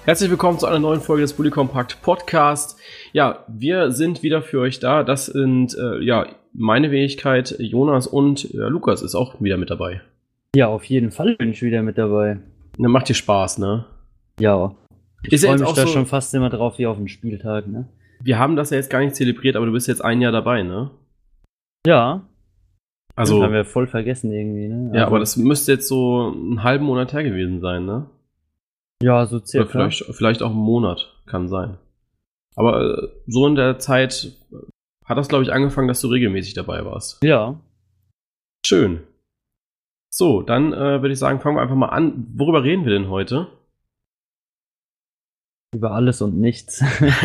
Herzlich willkommen zu einer neuen Folge des Bully Compact Podcast. Ja, wir sind wieder für euch da. Das sind meine Wenigkeit, Jonas und Lukas ist auch wieder mit dabei. Ja, auf jeden Fall bin ich wieder mit dabei. Ne, macht dir Spaß, ne? Ja. Ich Ist ja freue jetzt mich auch da so, schon fast immer drauf wie auf den Spieltag, ne? wir haben das ja jetzt gar nicht zelebriert, aber du bist jetzt ein Jahr dabei, ne? Ja. Also, haben wir voll vergessen irgendwie, ne? ja, aber das müsste jetzt so einen halben Monat her gewesen sein, ne? Ja, so circa. Oder vielleicht auch einen Monat, kann sein. Aber so in der Zeit hat das, glaube ich, angefangen, dass du regelmäßig dabei warst. Ja. Schön. So, dann würde ich sagen, fangen wir einfach mal an. Worüber reden wir denn heute? Über alles und nichts.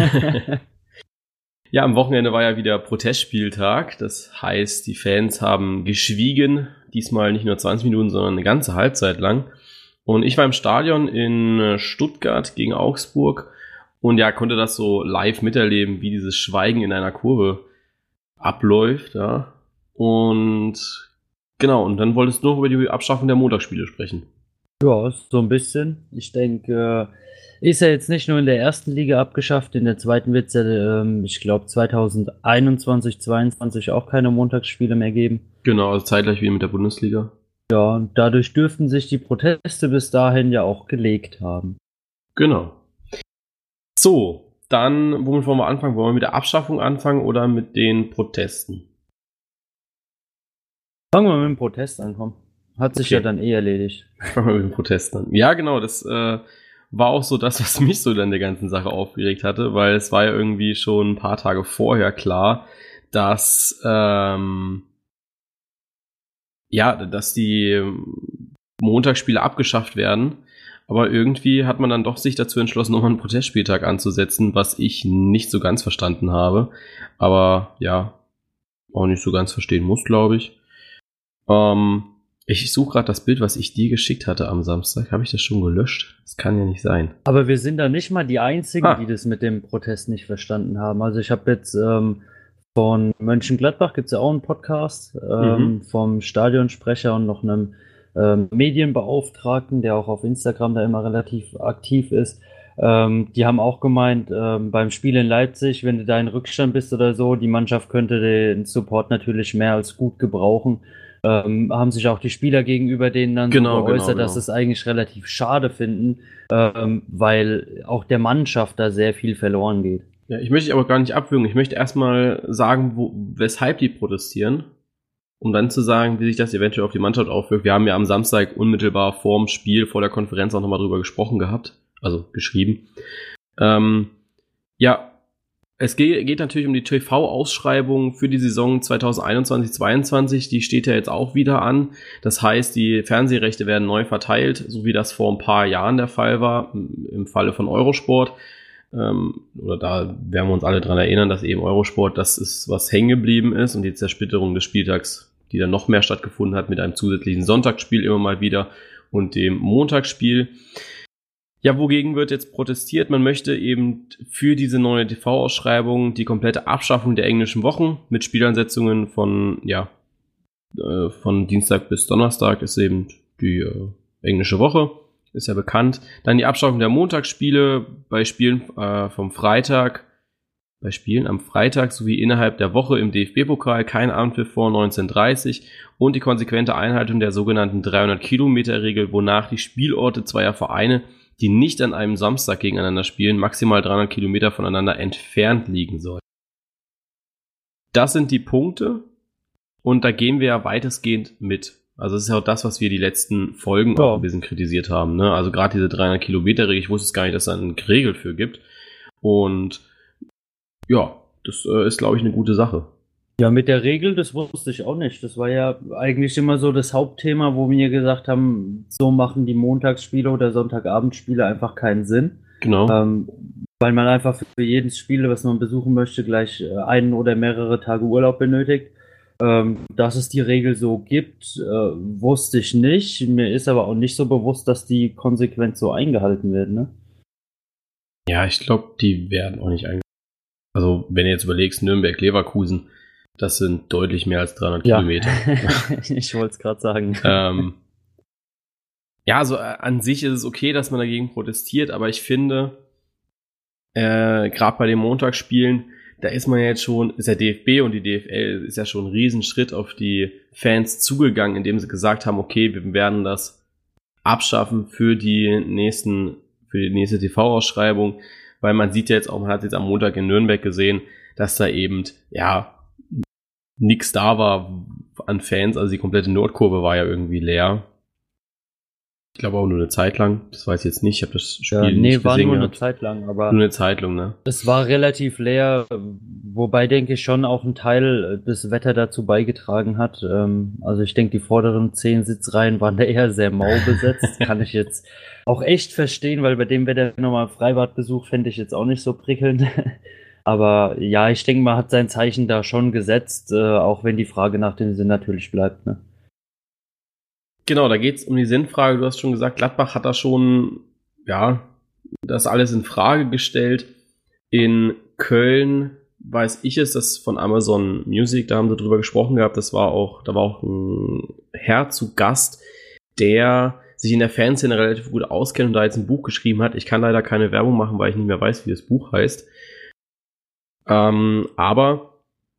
Ja, am Wochenende war ja wieder Protestspieltag. Das heißt, die Fans haben geschwiegen. Diesmal nicht nur 20 Minuten, sondern eine ganze Halbzeit lang. Und ich war im Stadion in Stuttgart gegen Augsburg und ja, konnte das so live miterleben, wie dieses Schweigen in einer Kurve abläuft. Ja. Und genau, und dann wolltest du noch über die Abschaffung der Montagsspiele sprechen. Ja, so ein bisschen. Ich denke, ist ja jetzt nicht nur in der ersten Liga abgeschafft, in der zweiten wird es ja, ich glaube, 2021, 2022 auch keine Montagsspiele mehr geben. Genau, also zeitgleich wie mit der Bundesliga. Ja, und dadurch dürften sich die Proteste bis dahin ja auch gelegt haben. Genau. So, dann, womit wollen wir anfangen? Wollen wir mit der Abschaffung anfangen oder mit den Protesten? Fangen wir mit dem Protest an, komm. Hat sich ja dann erledigt. Fangen wir mit den Protesten an. Ja, genau, das war auch so das, was mich so dann der ganzen Sache aufgeregt hatte, weil es war ja irgendwie schon ein paar Tage vorher klar, dass dass die Montagsspiele abgeschafft werden. Aber irgendwie hat man dann doch sich dazu entschlossen, nochmal einen Protestspieltag anzusetzen, was ich nicht so ganz verstanden habe. Aber ja, auch nicht so ganz verstehen muss, glaube ich. Ich suche gerade das Bild, was ich dir geschickt hatte am Samstag. Habe ich das schon gelöscht? Das kann ja nicht sein. Aber wir sind da nicht mal die Einzigen, die das mit dem Protest nicht verstanden haben. Also ich habe jetzt von Mönchengladbach gibt es ja auch einen Podcast vom Stadionsprecher und noch einem Medienbeauftragten, der auch auf Instagram da immer relativ aktiv ist. Die haben auch gemeint, beim Spiel in Leipzig, wenn du da in Rückstand bist oder so, die Mannschaft könnte den Support natürlich mehr als gut gebrauchen. Haben sich auch die Spieler gegenüber denen dann so geäußert, dass es eigentlich relativ schade finden, weil auch der Mannschaft da sehr viel verloren geht. Ja, ich möchte aber gar nicht abwürgen. Ich möchte erstmal sagen, weshalb die protestieren, um dann zu sagen, wie sich das eventuell auf die Mannschaft aufwirkt. Wir haben ja am Samstag unmittelbar vor dem Spiel, vor der Konferenz auch nochmal drüber gesprochen gehabt, also geschrieben. Es geht natürlich um die TV-Ausschreibung für die Saison 2021-22. Die steht ja jetzt auch wieder an. Das heißt, die Fernsehrechte werden neu verteilt, so wie das vor ein paar Jahren der Fall war, im Falle von Eurosport. Oder da werden wir uns alle dran erinnern, dass eben Eurosport das ist, was hängen geblieben ist und die Zersplitterung des Spieltags, die dann noch mehr stattgefunden hat mit einem zusätzlichen Sonntagsspiel immer mal wieder und dem Montagsspiel. Ja, wogegen wird jetzt protestiert? Man möchte eben für diese neue TV-Ausschreibung die komplette Abschaffung der englischen Wochen mit Spielansetzungen von Dienstag bis Donnerstag ist eben die englische Woche. Ist ja bekannt. Dann die Abschaffung der Montagsspiele bei Spielen am Freitag sowie innerhalb der Woche im DFB-Pokal, kein Abendpfiff vor 19:30 und die konsequente Einhaltung der sogenannten 300-Kilometer-Regel, wonach die Spielorte zweier Vereine, die nicht an einem Samstag gegeneinander spielen, maximal 300 Kilometer voneinander entfernt liegen sollen. Das sind die Punkte und da gehen wir ja weitestgehend mit. Also das ist ja auch das, was wir die letzten Folgen auch ein bisschen kritisiert haben. Ne? Also gerade diese 300-Kilometer-Regel, ich wusste es gar nicht, dass es da eine Regel für gibt. Und ja, das ist, glaube ich, eine gute Sache. Ja, mit der Regel, das wusste ich auch nicht. Das war ja eigentlich immer so das Hauptthema, wo wir gesagt haben, so machen die Montagsspiele oder Sonntagabendspiele einfach keinen Sinn. Genau. Weil man einfach für jedes Spiel, was man besuchen möchte, gleich einen oder mehrere Tage Urlaub benötigt. Dass es die Regel so gibt, wusste ich nicht. Mir ist aber auch nicht so bewusst, dass die konsequent so eingehalten werden, ne? Ja, ich glaube, die werden auch nicht eingehalten. Also, wenn du jetzt überlegst, Nürnberg-Leverkusen, das sind deutlich mehr als 300 Kilometer. Ich wollte es gerade sagen. Ja, also an sich ist es okay, dass man dagegen protestiert, aber ich finde, gerade bei den Montagsspielen, da ist man ja jetzt schon, ist der DFB und die DFL ist ja schon ein Riesenschritt auf die Fans zugegangen, indem sie gesagt haben, okay, wir werden das abschaffen für die nächste TV-Ausschreibung, weil man sieht ja jetzt auch, man hat jetzt am Montag in Nürnberg gesehen, dass da eben, ja, nix da war an Fans, also die komplette Nordkurve war ja irgendwie leer. Ich glaube auch nur eine Zeit lang, das weiß ich jetzt nicht, ich habe das Spiel nicht war gesehen nur gehabt. eine Zeit lang, aber Nur eine Zeit lang, ne? es war relativ leer, wobei, denke ich, schon auch ein Teil des Wetter dazu beigetragen hat. Also ich denke, die vorderen 10 Sitzreihen waren da eher sehr mau besetzt. Kann ich jetzt auch echt verstehen, weil bei dem Wetter nochmal Freibadbesuch fände ich jetzt auch nicht so prickelnd. Aber ja, ich denke, man hat sein Zeichen da schon gesetzt, auch wenn die Frage nach dem Sinn natürlich bleibt, ne? Genau, da geht's um die Sinnfrage. Du hast schon gesagt, Gladbach hat da schon, ja, das alles in Frage gestellt. In Köln weiß ich es, das von Amazon Music, da haben sie drüber gesprochen gehabt. Da war auch ein Herr zu Gast, der sich in der Fanszene relativ gut auskennt und da jetzt ein Buch geschrieben hat. Ich kann leider keine Werbung machen, weil ich nicht mehr weiß, wie das Buch heißt. Aber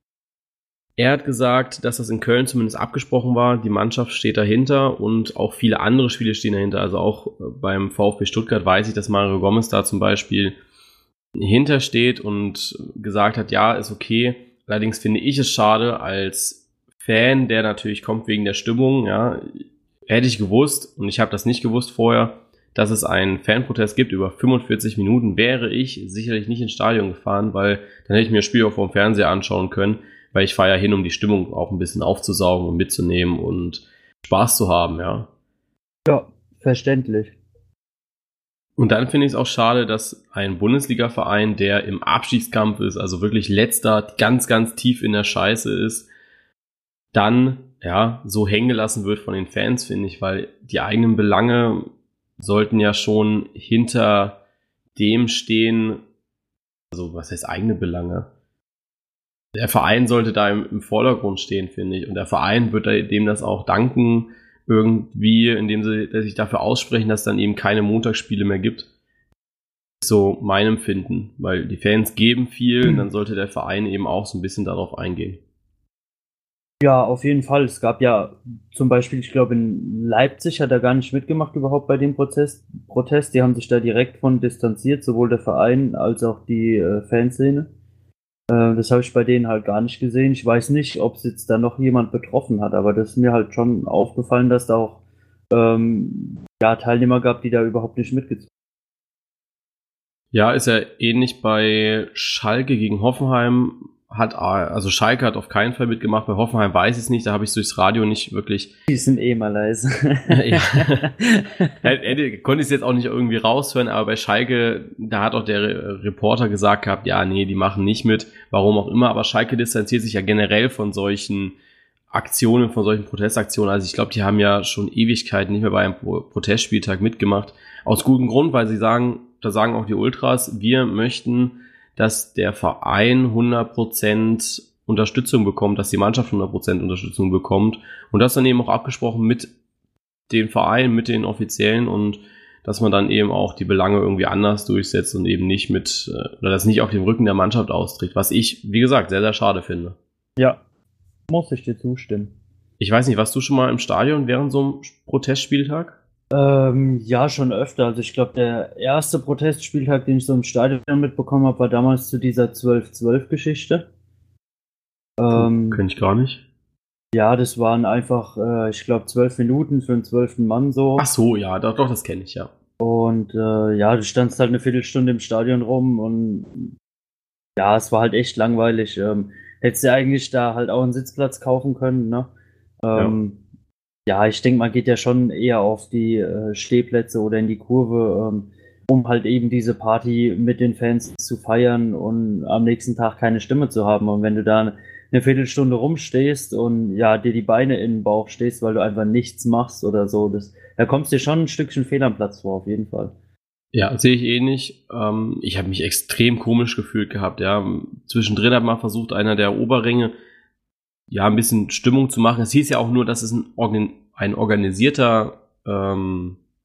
er hat gesagt, dass das in Köln zumindest abgesprochen war. Die Mannschaft steht dahinter und auch viele andere Spiele stehen dahinter. Also auch beim VfB Stuttgart weiß ich, dass Mario Gomez da zum Beispiel hintersteht und gesagt hat, ja, ist okay. Allerdings finde ich es schade als Fan, der natürlich kommt wegen der Stimmung. Ja, hätte ich gewusst, und ich habe das nicht gewusst vorher, dass es einen Fanprotest gibt über 45 Minuten, wäre ich sicherlich nicht ins Stadion gefahren, weil dann hätte ich mir das Spiel auch vom Fernseher anschauen können. Weil ich fahre ja hin, um die Stimmung auch ein bisschen aufzusaugen und mitzunehmen und Spaß zu haben, ja. Ja, verständlich. Und dann finde ich es auch schade, dass ein Bundesliga-Verein, der im Abstiegskampf ist, also wirklich letzter, ganz, ganz tief in der Scheiße ist, dann, ja, so hängen gelassen wird von den Fans, finde ich, weil die eigenen Belange sollten ja schon hinter dem stehen, also was heißt eigene Belange? Der Verein sollte da im Vordergrund stehen, finde ich. Und der Verein wird dem das auch danken, irgendwie, indem sie sich dafür aussprechen, dass es dann eben keine Montagsspiele mehr gibt. So mein Empfinden. Weil die Fans geben viel und dann sollte der Verein eben auch so ein bisschen darauf eingehen. Ja, auf jeden Fall. Es gab ja zum Beispiel, ich glaube, in Leipzig hat er gar nicht mitgemacht überhaupt bei dem Protest. Die haben sich da direkt von distanziert, sowohl der Verein als auch die Fanszene. Das habe ich bei denen halt gar nicht gesehen. Ich weiß nicht, ob es jetzt da noch jemand betroffen hat, aber das ist mir halt schon aufgefallen, dass da auch Teilnehmer gab, die da überhaupt nicht mitgezogen haben. Ja, ist ja ähnlich bei Schalke gegen Hoffenheim. Also Schalke hat auf keinen Fall mitgemacht, bei Hoffenheim weiß ich es nicht, da habe ich es durchs Radio nicht wirklich. Die sind eh mal leise. Ja. Konnte ich es jetzt auch nicht irgendwie raushören, aber bei Schalke, da hat auch der Reporter gesagt gehabt, ja, nee, die machen nicht mit, warum auch immer, aber Schalke distanziert sich ja generell von solchen Aktionen, von solchen Protestaktionen. Also ich glaube, die haben ja schon Ewigkeiten nicht mehr bei einem Protestspieltag mitgemacht. Aus gutem Grund, weil sie sagen, da sagen auch die Ultras, wir möchten, dass der Verein 100% Unterstützung bekommt, dass die Mannschaft 100% Unterstützung bekommt und das dann eben auch abgesprochen mit den Vereinen, mit den Offiziellen und dass man dann eben auch die Belange irgendwie anders durchsetzt und eben nicht oder das nicht auf dem Rücken der Mannschaft austrägt, was ich, wie gesagt, sehr, sehr schade finde. Ja, muss ich dir zustimmen. Ich weiß nicht, warst du schon mal im Stadion während so einem Protestspieltag? Ja, schon öfter. Also ich glaube, der erste Protestspieltag, den ich so im Stadion mitbekommen habe, war damals zu dieser 12-12-Geschichte. Kenn ich gar nicht. Ja, das waren einfach, ich glaube, 12 Minuten für einen 12. Mann so. Ach so, ja, doch, das kenne ich, ja. Und du standst halt eine Viertelstunde im Stadion rum und ja, es war halt echt langweilig. Hättest du eigentlich da halt auch einen Sitzplatz kaufen können, ne? Ja, ich denke, man geht ja schon eher auf die Stehplätze oder in die Kurve, um halt eben diese Party mit den Fans zu feiern und am nächsten Tag keine Stimme zu haben. Und wenn du da eine Viertelstunde rumstehst und ja, dir die Beine in den Bauch stehst, weil du einfach nichts machst oder so, da kommst du dir schon ein Stückchen fehl am Platz vor, auf jeden Fall. Ja, sehe ich ähnlich. Ich habe mich extrem komisch gefühlt gehabt, ja. Zwischendrin hat man versucht, einer der Oberränge ein bisschen Stimmung zu machen. Es hieß ja auch nur, dass es ein organisierter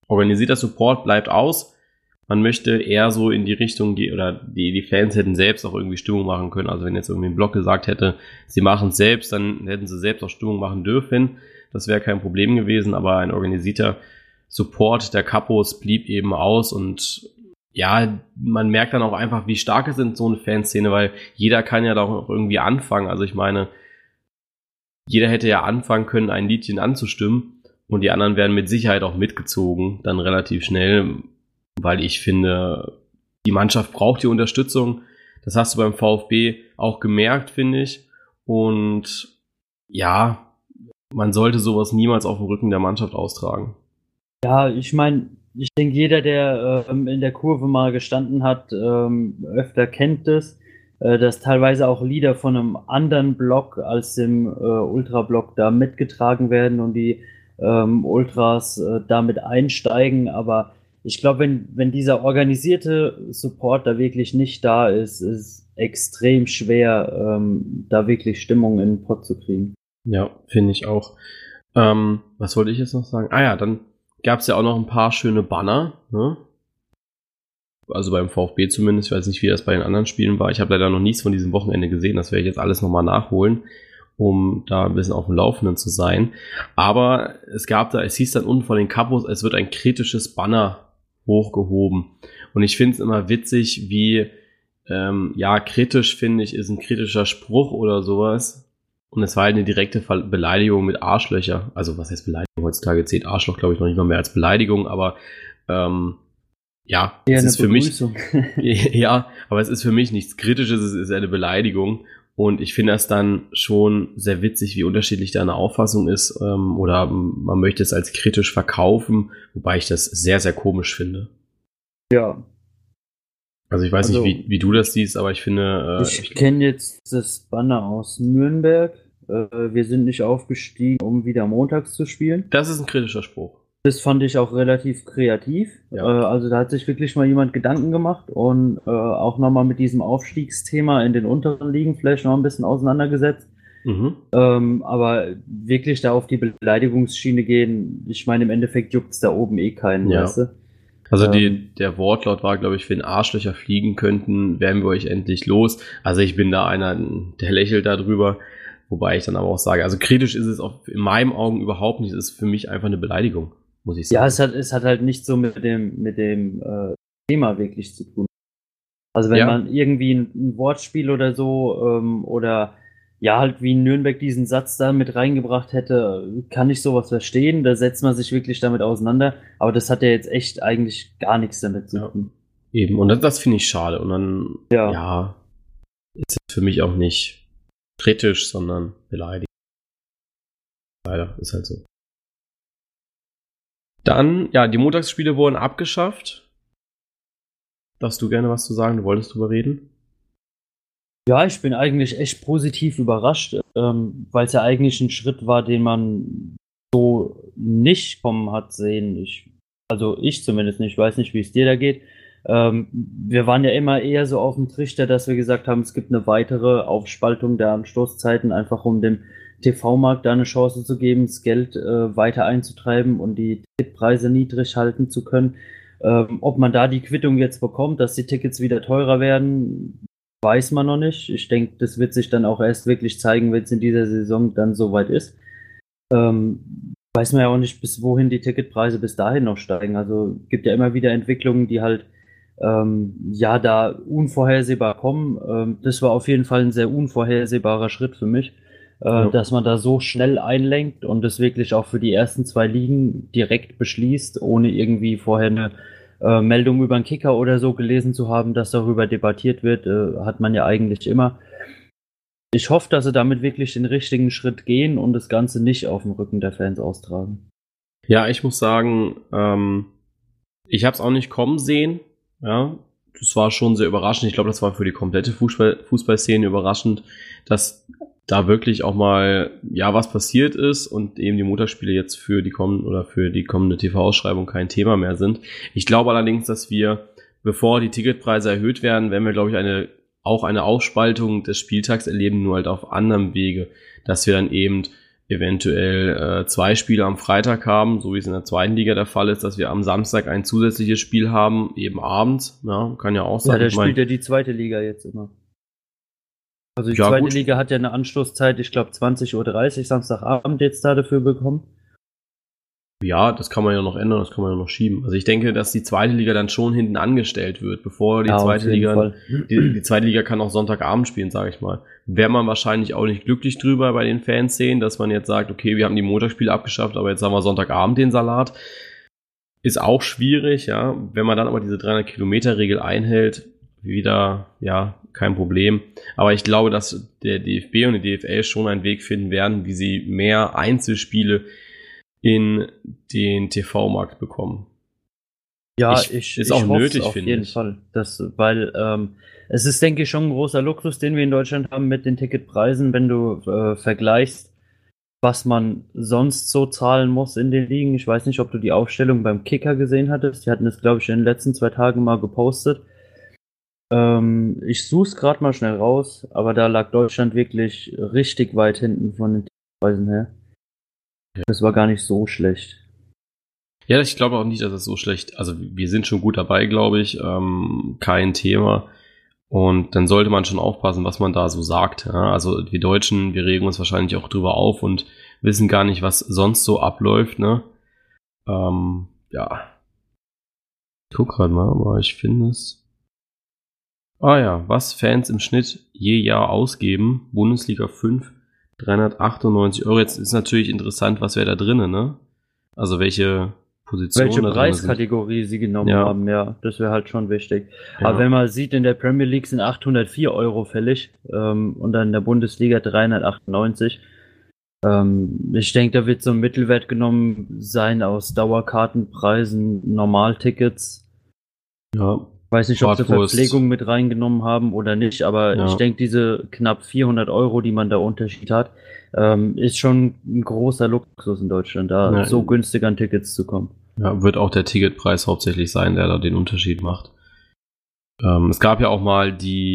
organisierter Support bleibt aus. Man möchte eher so in die Richtung gehen, oder die Fans hätten selbst auch irgendwie Stimmung machen können. Also wenn jetzt irgendwie ein Blog gesagt hätte, sie machen es selbst, dann hätten sie selbst auch Stimmung machen dürfen. Das wäre kein Problem gewesen, aber ein organisierter Support der Kapos blieb eben aus. Und ja, man merkt dann auch einfach, wie stark es ist in so eine Fanszene, weil jeder kann ja da auch irgendwie anfangen. Also ich meine, jeder hätte ja anfangen können, ein Liedchen anzustimmen, und die anderen werden mit Sicherheit auch mitgezogen, dann relativ schnell, weil ich finde, die Mannschaft braucht die Unterstützung. Das hast du beim VfB auch gemerkt, finde ich. Und ja, man sollte sowas niemals auf dem Rücken der Mannschaft austragen. Ja, ich meine, ich denke, jeder, der in der Kurve mal gestanden hat, öfter kennt das, dass teilweise auch Lieder von einem anderen Block als dem Ultra-Block da mitgetragen werden und die Ultras damit einsteigen. Aber ich glaube, wenn dieser organisierte Support da wirklich nicht da ist, ist extrem schwer, da wirklich Stimmung in den Pott zu kriegen. Ja, finde ich auch. Was wollte ich jetzt noch sagen? Ah ja, dann gab es ja auch noch ein paar schöne Banner, ne? Also beim VfB zumindest. Ich weiß nicht, wie das bei den anderen Spielen war. Ich habe leider noch nichts von diesem Wochenende gesehen. Das werde ich jetzt alles nochmal nachholen, um da ein bisschen auf dem Laufenden zu sein. Aber es hieß dann unten von den Kapos, es wird ein kritisches Banner hochgehoben. Und ich finde es immer witzig, wie, kritisch, finde ich, ist ein kritischer Spruch oder sowas. Und es war halt eine direkte Beleidigung mit Arschlöcher. Also was heißt Beleidigung? Heutzutage zählt Arschloch, glaube ich, noch nicht mal mehr als Beleidigung, aber es ist für mich, ja, aber es ist für mich nichts Kritisches, es ist eine Beleidigung. Und ich finde das dann schon sehr witzig, wie unterschiedlich da eine Auffassung ist, oder man möchte es als kritisch verkaufen, wobei ich das sehr, sehr komisch finde. Ja. Also ich weiß nicht, wie du das siehst, aber ich finde... ich kenne jetzt das Banner aus Nürnberg. Wir sind nicht aufgestiegen, um wieder montags zu spielen. Das ist ein kritischer Spruch. Das fand ich auch relativ kreativ. Ja. Also da hat sich wirklich mal jemand Gedanken gemacht und auch nochmal mit diesem Aufstiegsthema in den unteren Ligen vielleicht noch ein bisschen auseinandergesetzt. Mhm. Aber wirklich da auf die Beleidigungsschiene gehen, ich meine, im Endeffekt juckt es da oben eh keinen, ja. Weißt du? Also der Wortlaut war, glaube ich, wenn Arschlöcher fliegen könnten, wären wir euch endlich los. Also ich bin da einer, der lächelt da drüber. Wobei ich dann aber auch sage, also kritisch ist es auch in meinen Augen überhaupt nicht. Es ist für mich einfach eine Beleidigung, muss ich sagen. Ja, es hat halt nichts so mit dem Thema wirklich zu tun. Also wenn man irgendwie ein Wortspiel oder so oder ja, halt wie in Nürnberg diesen Satz da mit reingebracht hätte, kann ich sowas verstehen. Da setzt man sich wirklich damit auseinander. Aber das hat ja jetzt echt eigentlich gar nichts damit zu tun. Eben, und das finde ich schade. Und dann, ist es für mich auch nicht kritisch, sondern beleidigend. Leider, ist halt so. Dann, die Montagsspiele wurden abgeschafft. Darfst du gerne was zu sagen? Du wolltest drüber reden? Ja, ich bin eigentlich echt positiv überrascht, weil es ja eigentlich ein Schritt war, den man so nicht kommen hat sehen. Ich zumindest nicht. Ich weiß nicht, wie es dir da geht. Wir waren ja immer eher so auf dem Trichter, dass wir gesagt haben, es gibt eine weitere Aufspaltung der Anstoßzeiten, einfach um dem TV-Markt da eine Chance zu geben, das Geld weiter einzutreiben und die Ticketpreise niedrig halten zu können. Ob man da die Quittung jetzt bekommt, dass die Tickets wieder teurer werden, weiß man noch nicht. Ich denke, das wird sich dann auch erst wirklich zeigen, wenn es in dieser Saison dann soweit ist. Weiß man ja auch nicht, bis wohin die Ticketpreise bis dahin noch steigen. Also gibt ja immer wieder Entwicklungen, die halt da unvorhersehbar kommen. Das war auf jeden Fall ein sehr unvorhersehbarer Schritt für mich, dass man da so schnell einlenkt und das wirklich auch für die ersten 2 Ligen direkt beschließt, ohne irgendwie vorher eine Meldung über einen Kicker oder so gelesen zu haben, dass darüber debattiert wird, hat man ja eigentlich immer. Ich hoffe, dass sie damit wirklich den richtigen Schritt gehen und das Ganze nicht auf dem Rücken der Fans austragen. Ja, ich muss sagen, ich habe es auch nicht kommen sehen. Ja, das war schon sehr überraschend. Ich glaube, das war für die komplette Fußballszene überraschend, dass da wirklich auch mal was passiert ist und eben die Montagsspiele jetzt für die kommende TV-Ausschreibung kein Thema mehr sind. Ich glaube allerdings, dass wir, bevor die Ticketpreise erhöht werden, werden wir, glaube ich, eine Aufspaltung des Spieltags erleben, nur halt auf anderem Wege, dass wir dann eben eventuell 2 Spiele am Freitag haben, so wie es in der zweiten Liga der Fall ist, dass wir am Samstag ein zusätzliches Spiel haben, eben abends. Ja, kann ja auch sein. Ja, da spielt ja die zweite Liga jetzt immer. Also die zweite Liga hat ja eine Anschlusszeit, ich glaube 20:30 Uhr Samstagabend jetzt da dafür bekommen. Ja, das kann man ja noch ändern, das kann man ja noch schieben. Also ich denke, dass die zweite Liga dann schon hinten angestellt wird, bevor die zweite Liga, die zweite Liga kann auch Sonntagabend spielen, sage ich mal. Wäre man wahrscheinlich auch nicht glücklich drüber bei den Fanszenen, dass man jetzt sagt, okay, wir haben die Montagsspiele abgeschafft, aber jetzt haben wir Sonntagabend den Salat. Ist auch schwierig, ja. Wenn man dann aber diese 300-Kilometer-Regel einhält, wieder, ja, kein Problem. Aber ich glaube, dass der DFB und die DFL schon einen Weg finden werden, wie sie mehr Einzelspiele in den TV-Markt bekommen. Ja, ist auch nötig, finde ich. Auf jeden Fall. Weil es ist, denke ich, schon ein großer Luxus, den wir in Deutschland haben mit den Ticketpreisen, wenn du vergleichst, was man sonst so zahlen muss in den Ligen. Ich weiß nicht, ob du die Aufstellung beim Kicker gesehen hattest. Die hatten das, glaube ich, in den letzten 2 Tagen mal gepostet. Ich suche es gerade mal schnell raus, aber da lag Deutschland wirklich richtig weit hinten von den Ticketpreisen her. Das war gar nicht so schlecht. Ja, ich glaube auch nicht, dass es so schlecht, also wir sind schon gut dabei, glaube ich, kein Thema. Und dann sollte man schon aufpassen, was man da so sagt. Ja? Also wir Deutschen, wir regen uns wahrscheinlich auch drüber auf und wissen gar nicht, was sonst so abläuft. Ne? Ja. Ich guck gerade mal, aber ich finde es. Ah ja, was Fans im Schnitt je Jahr ausgeben. Bundesliga 5, 398 Euro. Jetzt ist natürlich interessant, was wäre da drinnen, ne? Also welche Position. Welche Preiskategorie sie genommen haben, ja. Das wäre halt schon wichtig. Ja. Aber wenn man sieht, in der Premier League sind 804 Euro fällig und dann in der Bundesliga 398. Ich denke, da wird so ein Mittelwert genommen sein aus Dauerkartenpreisen, Normaltickets. Ja. Ich weiß nicht, ob sie Verpflegung mit reingenommen haben oder nicht, aber ich denke, diese knapp 400 Euro, die man da Unterschied hat, ist schon ein großer Luxus in Deutschland, da so günstig an Tickets zu kommen. Ja, wird auch der Ticketpreis hauptsächlich sein, der da den Unterschied macht. Es gab ja auch mal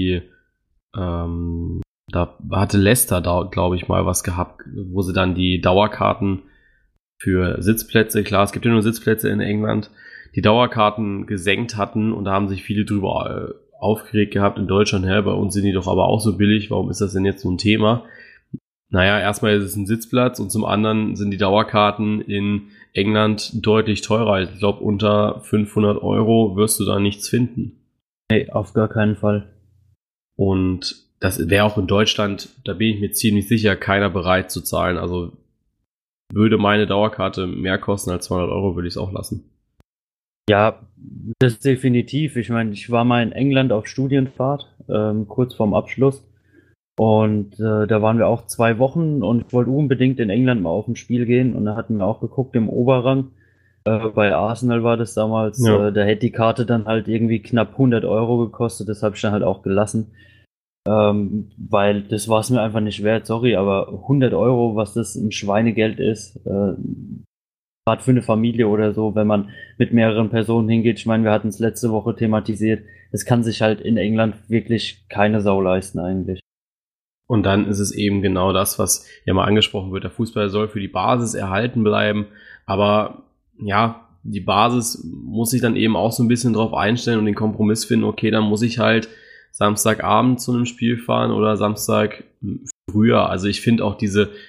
da hatte Leicester da, glaube ich, mal was gehabt, wo sie dann die Dauerkarten für Sitzplätze, klar, es gibt ja nur Sitzplätze in England, die Dauerkarten gesenkt hatten und da haben sich viele drüber aufgeregt gehabt in Deutschland, bei uns sind die doch aber auch so billig, warum ist das denn jetzt so ein Thema? Naja, erstmal ist es ein Sitzplatz und zum anderen sind die Dauerkarten in England deutlich teurer. Ich glaube, unter 500 Euro wirst du da nichts finden. Nee, auf gar keinen Fall. Und das wäre auch in Deutschland, da bin ich mir ziemlich sicher, keiner bereit zu zahlen. Also würde meine Dauerkarte mehr kosten als 200 Euro, würde ich es auch lassen. Ja, das definitiv. Ich meine, ich war mal in England auf Studienfahrt, kurz vorm Abschluss. Und da waren wir auch 2 Wochen und ich wollte unbedingt in England mal auf ein Spiel gehen. Und da hatten wir auch geguckt im Oberrang. Bei Arsenal war das damals. Da hätte die Karte dann halt irgendwie knapp 100 Euro gekostet. Das habe ich dann halt auch gelassen. Weil das war es mir einfach nicht wert. Sorry, aber 100 Euro, was das ein Schweinegeld ist, gerade für eine Familie oder so, wenn man mit mehreren Personen hingeht. Ich meine, wir hatten es letzte Woche thematisiert. Das kann sich halt in England wirklich keine Sau leisten eigentlich. Und dann ist es eben genau das, was ja mal angesprochen wird. Der Fußball soll für die Basis erhalten bleiben. Aber ja, die Basis muss sich dann eben auch so ein bisschen drauf einstellen und den Kompromiss finden. Okay, dann muss ich halt Samstagabend zu einem Spiel fahren oder Samstag früher. Also ich finde auch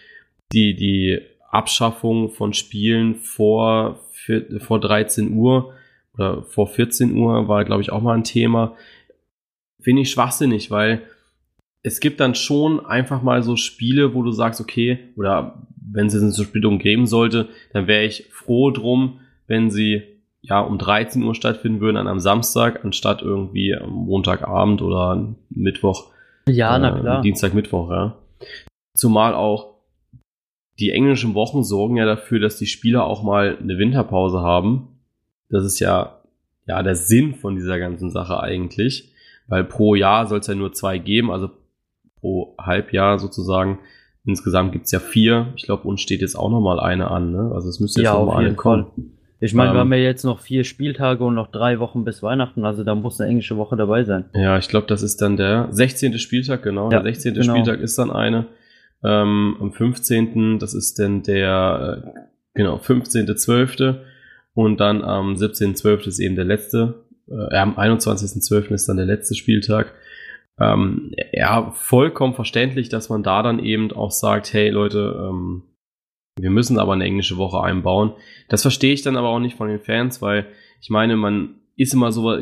die Abschaffung von Spielen vor 13 Uhr oder vor 14 Uhr war, glaube ich, auch mal ein Thema. Finde ich schwachsinnig, weil es gibt dann schon einfach mal so Spiele, wo du sagst, okay, oder wenn es eine Splittung geben sollte, dann wäre ich froh drum, wenn sie um 13 Uhr stattfinden würden an einem Samstag, anstatt irgendwie am Montagabend oder Mittwoch. Ja, na klar. Dienstag, Mittwoch, ja. Zumal auch die englischen Wochen sorgen ja dafür, dass die Spieler auch mal eine Winterpause haben. Das ist ja der Sinn von dieser ganzen Sache eigentlich, weil pro Jahr soll es ja nur 2 geben, also pro Halbjahr sozusagen. Insgesamt gibt es ja 4. Ich glaube, uns steht jetzt auch nochmal eine an, ne? Also es müsste jetzt nochmal eine kommen. Ich meine, wir haben ja jetzt noch 4 Spieltage und noch 3 Wochen bis Weihnachten, also da muss eine englische Woche dabei sein. Ja, ich glaube, das ist dann der 16. Spieltag, genau. Ja, der 16. Spieltag ist dann eine. am 15., das ist dann der, 15.12. und dann am 17.12. ist eben der letzte, am 21.12. ist dann der letzte Spieltag. Vollkommen verständlich, dass man da dann eben auch sagt, hey Leute, wir müssen aber eine englische Woche einbauen. Das verstehe ich dann aber auch nicht von den Fans, weil ich meine, man ist immer so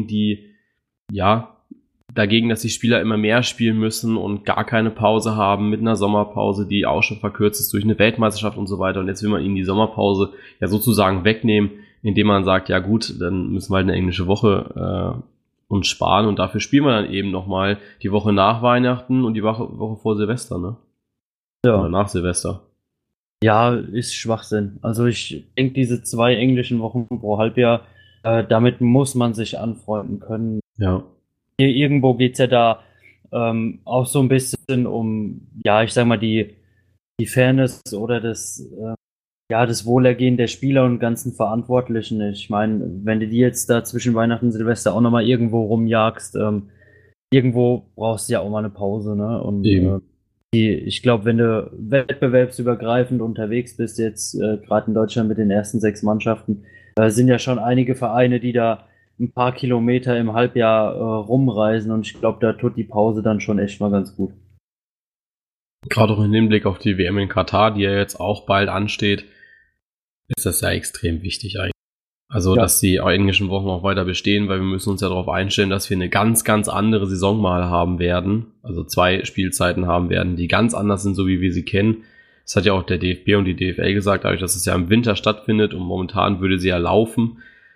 dagegen, dass die Spieler immer mehr spielen müssen und gar keine Pause haben mit einer Sommerpause, die auch schon verkürzt ist durch eine Weltmeisterschaft und so weiter. Und jetzt will man ihnen die Sommerpause ja sozusagen wegnehmen, indem man sagt, ja gut, dann müssen wir halt eine englische Woche uns sparen und dafür spielen wir dann eben nochmal die Woche nach Weihnachten und die Woche vor Silvester, ne? Ja. Oder nach Silvester. Ja, ist Schwachsinn. Also ich denke, diese 2 englischen Wochen pro Halbjahr, damit muss man sich anfreunden können. Ja. Irgendwo geht's ja da auch so ein bisschen um, ja, ich sag mal, die Fairness oder das Wohlergehen der Spieler und ganzen Verantwortlichen. Ich meine, wenn du die jetzt da zwischen Weihnachten und Silvester auch nochmal irgendwo rumjagst, irgendwo brauchst du ja auch mal eine Pause, ne? Und ich glaube, wenn du wettbewerbsübergreifend unterwegs bist, jetzt gerade in Deutschland mit den ersten 6 Mannschaften, sind ja schon einige Vereine, die da ein paar Kilometer im Halbjahr rumreisen und ich glaube, da tut die Pause dann schon echt mal ganz gut. Gerade auch im Hinblick auf die WM in Katar, die ja jetzt auch bald ansteht, ist das ja extrem wichtig eigentlich. Also, dass die englischen Wochen auch weiter bestehen, weil wir müssen uns ja darauf einstellen, dass wir eine ganz, ganz andere Saison mal haben werden. Also 2 Spielzeiten haben werden, die ganz anders sind, so wie wir sie kennen. Das hat ja auch der DFB und die DFL gesagt, dadurch, dass es ja im Winter stattfindet und momentan würde sie ja laufen.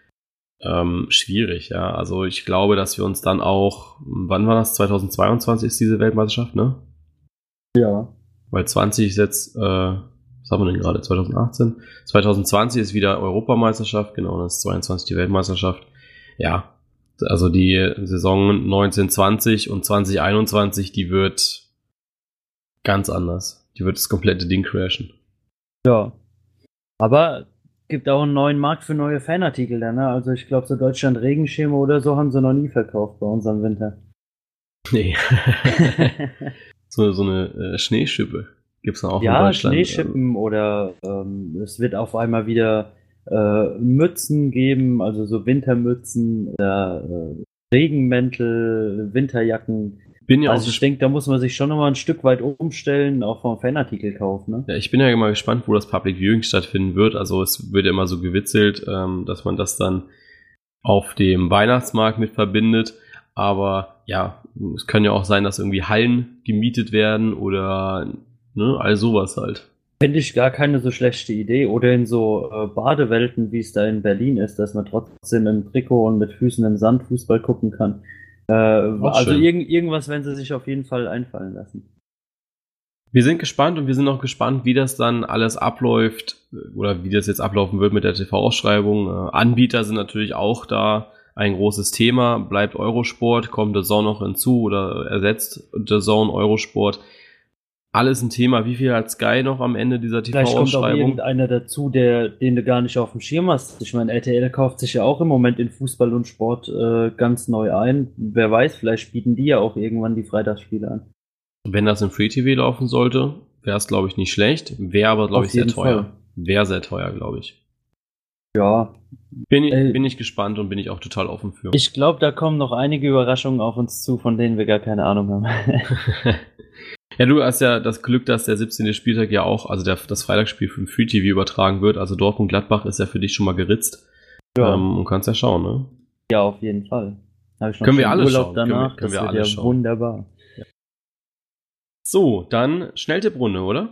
Schwierig, ja. Also ich glaube, dass wir uns dann auch, wann war das? 2022 ist diese Weltmeisterschaft, ne? Ja. Weil 20 ist jetzt, was haben wir denn gerade? 2018? 2020 ist wieder Europameisterschaft, genau, das ist 22 die Weltmeisterschaft. Ja, also die Saison 1920 und 2021, die wird ganz anders. Die wird das komplette Ding crashen. Ja. Aber gibt auch einen neuen Markt für neue Fanartikel da, ne? Also ich glaube, so Deutschland Regenschirme oder so haben sie noch nie verkauft bei uns am Winter. Nee. so eine Schneeschippe gibt's dann auch in Deutschland. Ja, Schneeschippen oder es wird auf einmal wieder Mützen geben, also so Wintermützen oder Regenmäntel, Winterjacken. Also ich denke, da muss man sich schon nochmal ein Stück weit umstellen, auch vom Fanartikelkauf, ne? Ja, ich bin ja mal gespannt, wo das Public Viewing stattfinden wird. Also es wird ja immer so gewitzelt, dass man das dann auf dem Weihnachtsmarkt mit verbindet. Aber ja, es kann ja auch sein, dass irgendwie Hallen gemietet werden oder all sowas halt. Finde ich gar keine so schlechte Idee. Oder in so Badewelten, wie es da in Berlin ist, dass man trotzdem im Trikot und mit Füßen im Sand Fußball gucken kann. Also irgendwas werden sie sich auf jeden Fall einfallen lassen. Wir sind gespannt und wir sind auch gespannt, wie das dann alles abläuft oder wie das jetzt ablaufen wird mit der TV-Ausschreibung. Anbieter sind natürlich auch da ein großes Thema. Bleibt Eurosport, kommt The Zone noch hinzu oder ersetzt The Zone Eurosport? Alles ein Thema. Wie viel hat Sky noch am Ende dieser TV-Ausschreibung? Vielleicht kommt auch irgendeiner dazu, den du gar nicht auf dem Schirm hast. Ich meine, RTL kauft sich ja auch im Moment in Fußball und Sport ganz neu ein. Wer weiß, vielleicht bieten die ja auch irgendwann die Freitagsspiele an. Wenn das im Free TV laufen sollte, wäre es, glaube ich, nicht schlecht. Wäre aber, glaube ich, sehr teuer. Wäre sehr teuer, glaube ich. Ja. Bin ich gespannt und bin ich auch total offen für. Ich glaube, da kommen noch einige Überraschungen auf uns zu, von denen wir gar keine Ahnung haben. Ja, du hast ja das Glück, dass der 17. Spieltag ja auch, also das Freitagsspiel für Free TV übertragen wird. Also Dortmund-Gladbach ist ja für dich schon mal geritzt. Ja. Und kannst ja schauen, ne? Ja, auf jeden Fall. Können wir alle Urlaub schauen. Danach. Können wir das alle wird ja schauen. Wunderbar. Ja. So, dann Schnelltipprunde, oder?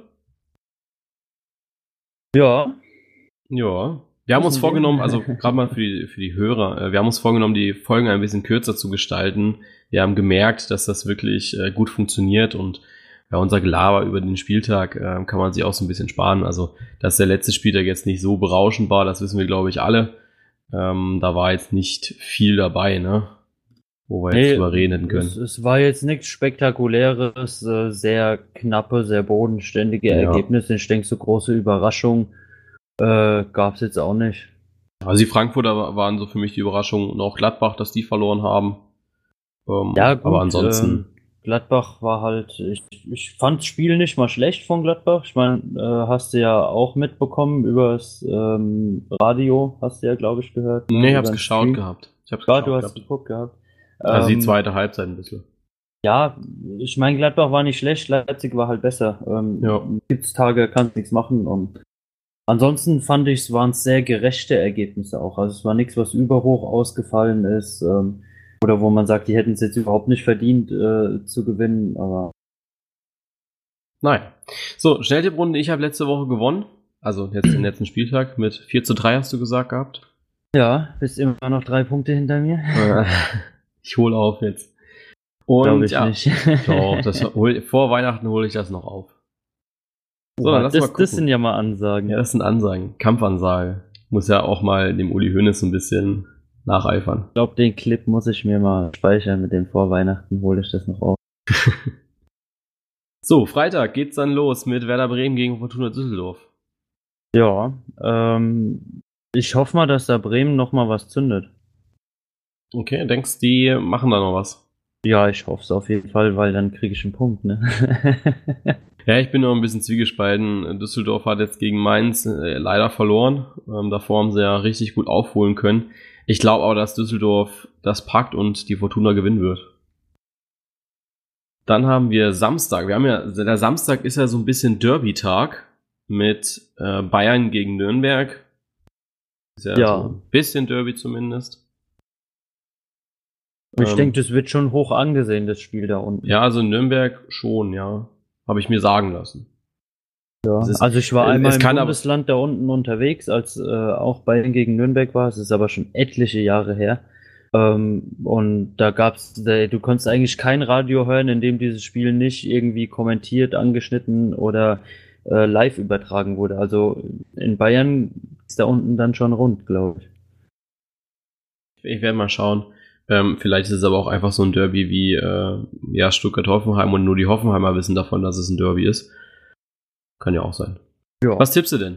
Ja. Ja. Wir haben uns vorgenommen, also gerade mal für die Hörer, wir haben uns vorgenommen, die Folgen ein bisschen kürzer zu gestalten. Wir haben gemerkt, dass das wirklich gut funktioniert und ja, unser Gelaber über den Spieltag kann man sich auch so ein bisschen sparen. Also, dass der letzte Spieltag jetzt nicht so berauschend war, das wissen wir, glaube ich, alle. Da war jetzt nicht viel dabei, ne? Wo wir jetzt drüber reden können. Es war jetzt nichts Spektakuläres, sehr knappe, sehr bodenständige Ergebnisse. Ich denke, so große Überraschungen gab es jetzt auch nicht. Also die Frankfurter waren so für mich die Überraschung und auch Gladbach, dass die verloren haben. Ja, gut, aber ansonsten. Gladbach war halt, ich fand das Spiel nicht mal schlecht von Gladbach. Ich meine, hast du ja auch mitbekommen übers Radio, hast du ja, glaube ich, gehört. Nee, ich Über hab's den geschaut Stream. gehabt. Ich hab's Ja, geschaut du hast gehabt. geguckt gehabt. Also die zweite Halbzeit ein bisschen. Ja, ich meine, Gladbach war nicht schlecht, Leipzig war halt besser. Ja. Gibt's Tage, kannst nichts machen. Und ansonsten fand ich, es waren sehr gerechte Ergebnisse auch. Also es war nichts, was überhoch ausgefallen ist. Oder wo man sagt, die hätten es jetzt überhaupt nicht verdient zu gewinnen. Aber Nein. So, Schnelltipprunde. Ich habe letzte Woche gewonnen. Also jetzt den letzten Spieltag mit 4:3 hast du gesagt gehabt. ja, bist immer noch 3 Punkte hinter mir. Ich hole auf jetzt. Glaube Und ich ja, nicht. doch, vor Weihnachten hole ich das noch auf. So, dann lass mal gucken. Das sind ja mal Ansagen. Ja, das sind Ansagen. Kampfansage. Muss ja auch mal dem Uli Hoeneß ein bisschen nacheifern. Ich glaube, den Clip muss ich mir mal speichern mit den Vorweihnachten, hole ich das noch auf. So, Freitag geht's dann los mit Werder Bremen gegen Fortuna Düsseldorf. Ja, ich hoffe mal, dass da Bremen noch mal was zündet. Okay, denkst du, die machen da noch was? Ja, ich hoffe es auf jeden Fall, weil dann kriege ich einen Punkt, ne? Ja, ich bin noch ein bisschen zwiegespalten. Düsseldorf hat jetzt gegen Mainz leider verloren. Davor haben sie ja richtig gut aufholen können. Ich glaube aber, dass Düsseldorf das packt und die Fortuna gewinnen wird. Dann haben wir Samstag. Der Samstag ist ja so ein bisschen Derby-Tag mit Bayern gegen Nürnberg. Ist ja, Ja. so ein bisschen Derby zumindest. Ich denke, das wird schon hoch angesehen, das Spiel da unten. Ja, also Nürnberg schon, ja. Habe ich mir sagen lassen. Ja. Es ist- Also ich war einmal es im kann aber- Bundesland da unten unterwegs, als auch Bayern gegen Nürnberg war. Es ist aber schon etliche Jahre her. Und da du konntest eigentlich kein Radio hören, in dem dieses Spiel nicht irgendwie kommentiert, angeschnitten oder live übertragen wurde. Also in Bayern ist da unten dann schon rund, glaube ich. Ich werde mal schauen. Vielleicht ist es aber auch einfach so ein Derby wie Stuttgart-Hoffenheim und nur die Hoffenheimer wissen davon, dass es ein Derby ist. Kann ja auch sein. Ja. Was tippst du denn?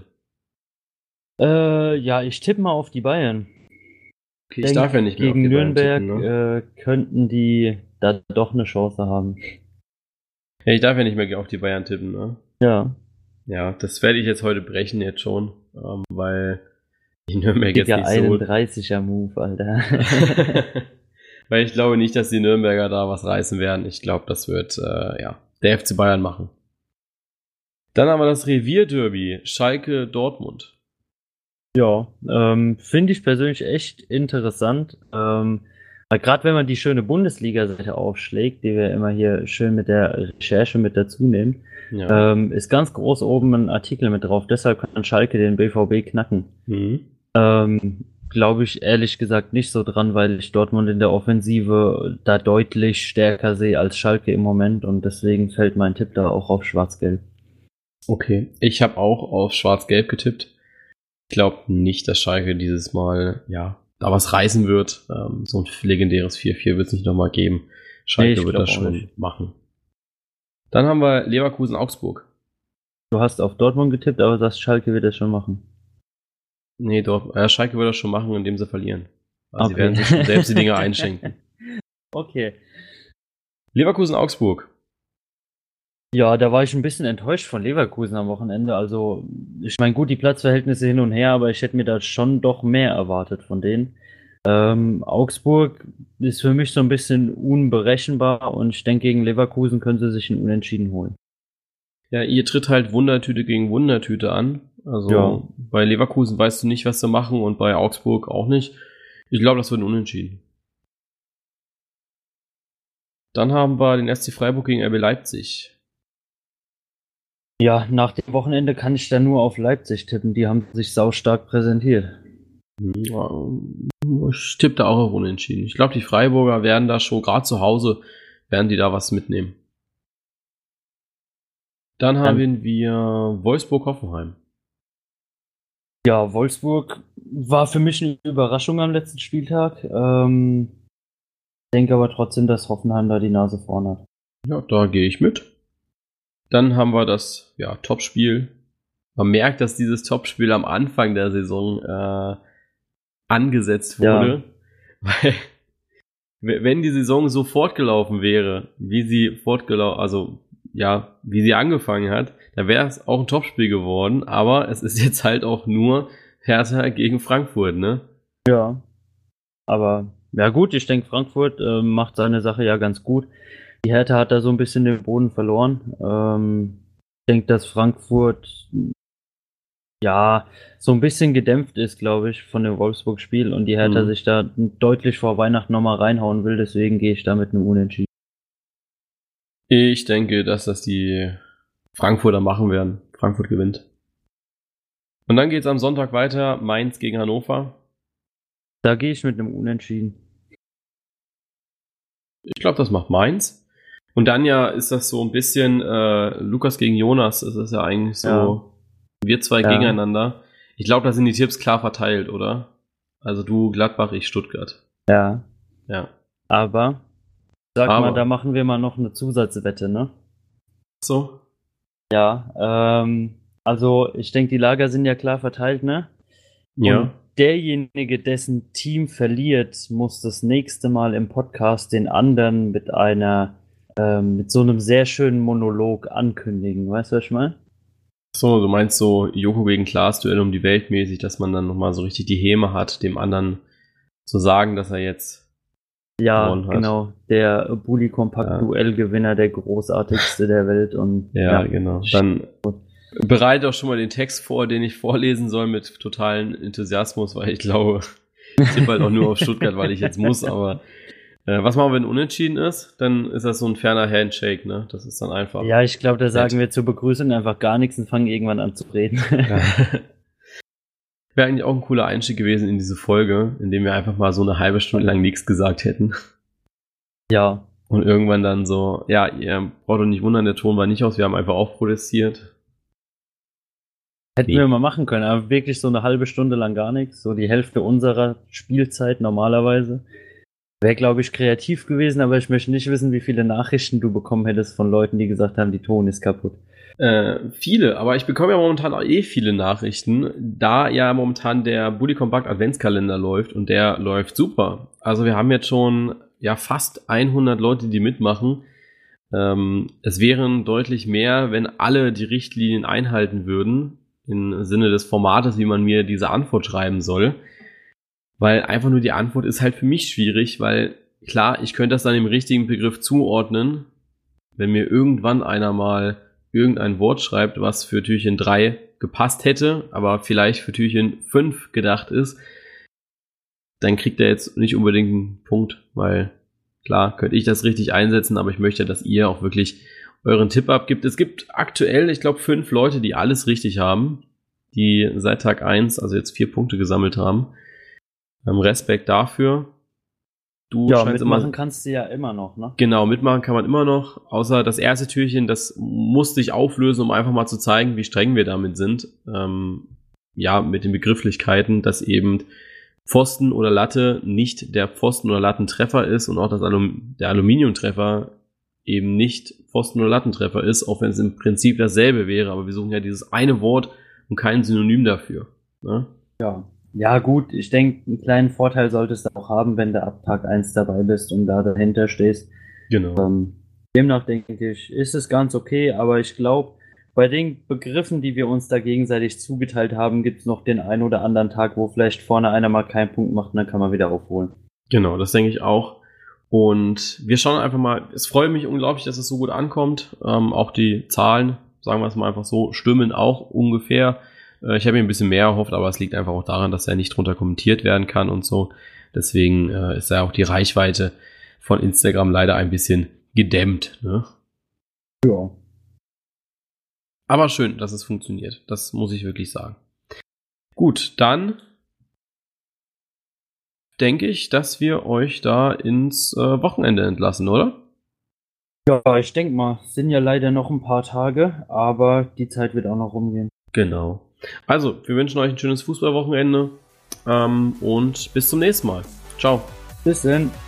Ja, ich tippe mal auf die Bayern. Okay, ich darf ja nicht mehr Gegen auf die Bayern Nürnberg tippen, ne? könnten die da doch eine Chance haben. Ja, ich darf ja nicht mehr auf die Bayern tippen, ne? Ja. Ja, das werde ich jetzt heute brechen jetzt schon, weil die Nürnberg jetzt Digga, nicht so... 31er Move, Alter. Weil ich glaube nicht, dass die Nürnberger da was reißen werden. Ich glaube, das wird der FC Bayern machen. Dann haben wir das Revierderby, Schalke-Dortmund. Ja, finde ich persönlich echt interessant. Gerade wenn man die schöne Bundesliga-Seite aufschlägt, die wir immer hier schön mit der Recherche mit dazu nehmen, Ja. ist ganz groß oben ein Artikel mit drauf. Deshalb kann Schalke den BVB knacken. Glaube ich ehrlich gesagt nicht so dran, weil ich Dortmund in der Offensive da deutlich stärker sehe als Schalke im Moment und deswegen fällt mein Tipp da auch auf Schwarz-Gelb. Okay, ich habe auch auf Schwarz-Gelb getippt. Ich glaube nicht, dass Schalke dieses Mal da was reißen wird. So ein legendäres 4-4 wird es nicht nochmal geben. Schalke wird das schon machen. Dann haben wir Leverkusen-Augsburg. Du hast auf Dortmund getippt, aber sagst, Schalke wird das schon machen. Nee, Schalke wird das schon machen, indem sie verlieren. Also Okay. sie werden sich schon selbst die Dinge einschenken. Okay. Leverkusen-Augsburg. Ja, da war ich ein bisschen enttäuscht von Leverkusen am Wochenende. Also, ich meine, gut, die Platzverhältnisse hin und her, aber ich hätte mir da schon doch mehr erwartet von denen. Augsburg ist für mich so ein bisschen unberechenbar und ich denke, gegen Leverkusen können sie sich einen Unentschieden holen. Ja, ihr tritt halt Wundertüte gegen Wundertüte an. Also Ja. bei Leverkusen weißt du nicht, was sie machen und bei Augsburg auch nicht. Ich glaube, das wird ein Unentschieden. Dann haben wir den SC Freiburg gegen RB Leipzig. Ja, nach dem Wochenende kann ich da nur auf Leipzig tippen. Die haben sich saustark präsentiert. Ich tippe da auch auf Unentschieden. Ich glaube, die Freiburger werden da schon, gerade zu Hause, werden die da was mitnehmen. Dann haben wir Wolfsburg-Hoffenheim. Ja, Wolfsburg war für mich eine Überraschung am letzten Spieltag. Denke aber trotzdem, dass Hoffenheim da die Nase vorne hat. Ja, da gehe ich mit. Dann haben wir das Topspiel. Man merkt, dass dieses Topspiel am Anfang der Saison angesetzt wurde. Ja. Weil wenn die Saison so fortgelaufen wäre, wie sie wie sie angefangen hat, dann wäre es auch ein Topspiel geworden, aber es ist jetzt halt auch nur Hertha gegen Frankfurt, ne? Ja, aber ja gut, ich denke, Frankfurt macht seine Sache ja ganz gut. Die Hertha hat da so ein bisschen den Boden verloren. Ich denke, dass Frankfurt ja so ein bisschen gedämpft ist, glaube ich, von dem Wolfsburg-Spiel und die Hertha sich da deutlich vor Weihnachten nochmal reinhauen will. Deswegen gehe ich da mit einem Unentschieden. Ich denke, dass das die Frankfurter machen werden. Frankfurt gewinnt. Und dann geht's am Sonntag weiter. Mainz gegen Hannover. Da gehe ich mit einem Unentschieden. Ich glaube, das macht Mainz. Und dann ja ist das so ein bisschen Lukas gegen Jonas. Das ist ja eigentlich so wir zwei gegeneinander. Ich glaube, da sind die Tipps klar verteilt, oder? Also du Gladbach, ich Stuttgart. Ja. Aber sag Aber mal, da machen wir mal noch eine Zusatzwette, ne? So? Ja, also ich denke, die Lager sind ja klar verteilt, ne? Ja. Und derjenige, dessen Team verliert, muss das nächste Mal im Podcast den anderen mit mit so einem sehr schönen Monolog ankündigen. Weißt du, was ich meine? So, du meinst so Joko gegen Klaas Duell um die Welt mäßig, dass man dann nochmal so richtig die Häme hat, dem anderen zu sagen, dass er jetzt gewonnen hat. Genau. Der Bully Compact Duell-Gewinner, der großartigste der Welt. Und genau. Dann bereite auch schon mal den Text vor, den ich vorlesen soll mit totalem Enthusiasmus, weil ich glaube, ich tippe halt auch nur auf Stuttgart, weil ich jetzt muss, aber was machen wir, wenn Unentschieden ist? Dann ist das so ein ferner Handshake, ne? Das ist dann einfach. Ja, ich glaube, da sagen wir zur Begrüßung einfach gar nichts und fangen irgendwann an zu reden. Wäre eigentlich auch ein cooler Einstieg gewesen in diese Folge, in dem wir einfach mal so eine halbe Stunde lang nichts gesagt hätten. Ja. Und irgendwann dann so, ihr braucht euch nicht wundern, der Ton war nicht aus, wir haben einfach auch protestiert. Hätten wir mal machen können, aber wirklich so eine halbe Stunde lang gar nichts, so die Hälfte unserer Spielzeit normalerweise. Wäre, glaube ich, kreativ gewesen, aber ich möchte nicht wissen, wie viele Nachrichten du bekommen hättest von Leuten, die gesagt haben, die Ton ist kaputt. Viele, aber ich bekomme ja momentan auch viele Nachrichten, da ja momentan der Bully Compact Adventskalender läuft und der läuft super. Also wir haben jetzt schon fast 100 Leute, die mitmachen. Es wären deutlich mehr, wenn alle die Richtlinien einhalten würden, im Sinne des Formates, wie man mir diese Antwort schreiben soll. Weil einfach nur die Antwort ist halt für mich schwierig, weil klar, ich könnte das dann im richtigen Begriff zuordnen, wenn mir irgendwann einer mal irgendein Wort schreibt, was für Türchen 3 gepasst hätte, aber vielleicht für Türchen 5 gedacht ist, dann kriegt er jetzt nicht unbedingt einen Punkt, weil klar, könnte ich das richtig einsetzen, aber ich möchte, dass ihr auch wirklich euren Tipp abgibt. Es gibt aktuell, ich glaube, 5 Leute, die alles richtig haben, die seit Tag 1, also jetzt 4 Punkte gesammelt haben. Respekt dafür. Du scheinst mitmachen kannst du ja immer noch, ne? Genau, mitmachen kann man immer noch, außer das erste Türchen, das musste ich auflösen, um einfach mal zu zeigen, wie streng wir damit sind. Mit den Begrifflichkeiten, dass eben Pfosten oder Latte nicht der Pfosten- oder Lattentreffer ist und auch der Aluminiumtreffer eben nicht Pfosten- oder Lattentreffer ist, auch wenn es im Prinzip dasselbe wäre, aber wir suchen ja dieses eine Wort und kein Synonym dafür. Ne? Ja gut, ich denke, einen kleinen Vorteil solltest du auch haben, wenn du ab Tag 1 dabei bist und da dahinter stehst. Genau. Demnach denke ich, ist es ganz okay, aber ich glaube, bei den Begriffen, die wir uns da gegenseitig zugeteilt haben, gibt es noch den einen oder anderen Tag, wo vielleicht vorne einer mal keinen Punkt macht und dann kann man wieder aufholen. Genau, das denke ich auch. Und wir schauen einfach mal, es freut mich unglaublich, dass es so gut ankommt. Auch die Zahlen, sagen wir es mal einfach so, stimmen auch ungefähr. Ich habe mir ein bisschen mehr erhofft, aber es liegt einfach auch daran, dass er nicht drunter kommentiert werden kann und so. Deswegen ist ja auch die Reichweite von Instagram leider ein bisschen gedämmt. Ne? Ja. Aber schön, dass es funktioniert. Das muss ich wirklich sagen. Gut, dann denke ich, dass wir euch da ins Wochenende entlassen, oder? Ja, ich denke mal, es sind ja leider noch ein paar Tage, aber die Zeit wird auch noch rumgehen. Genau. Also, wir wünschen euch ein schönes Fußballwochenende und bis zum nächsten Mal. Ciao. Bis dann.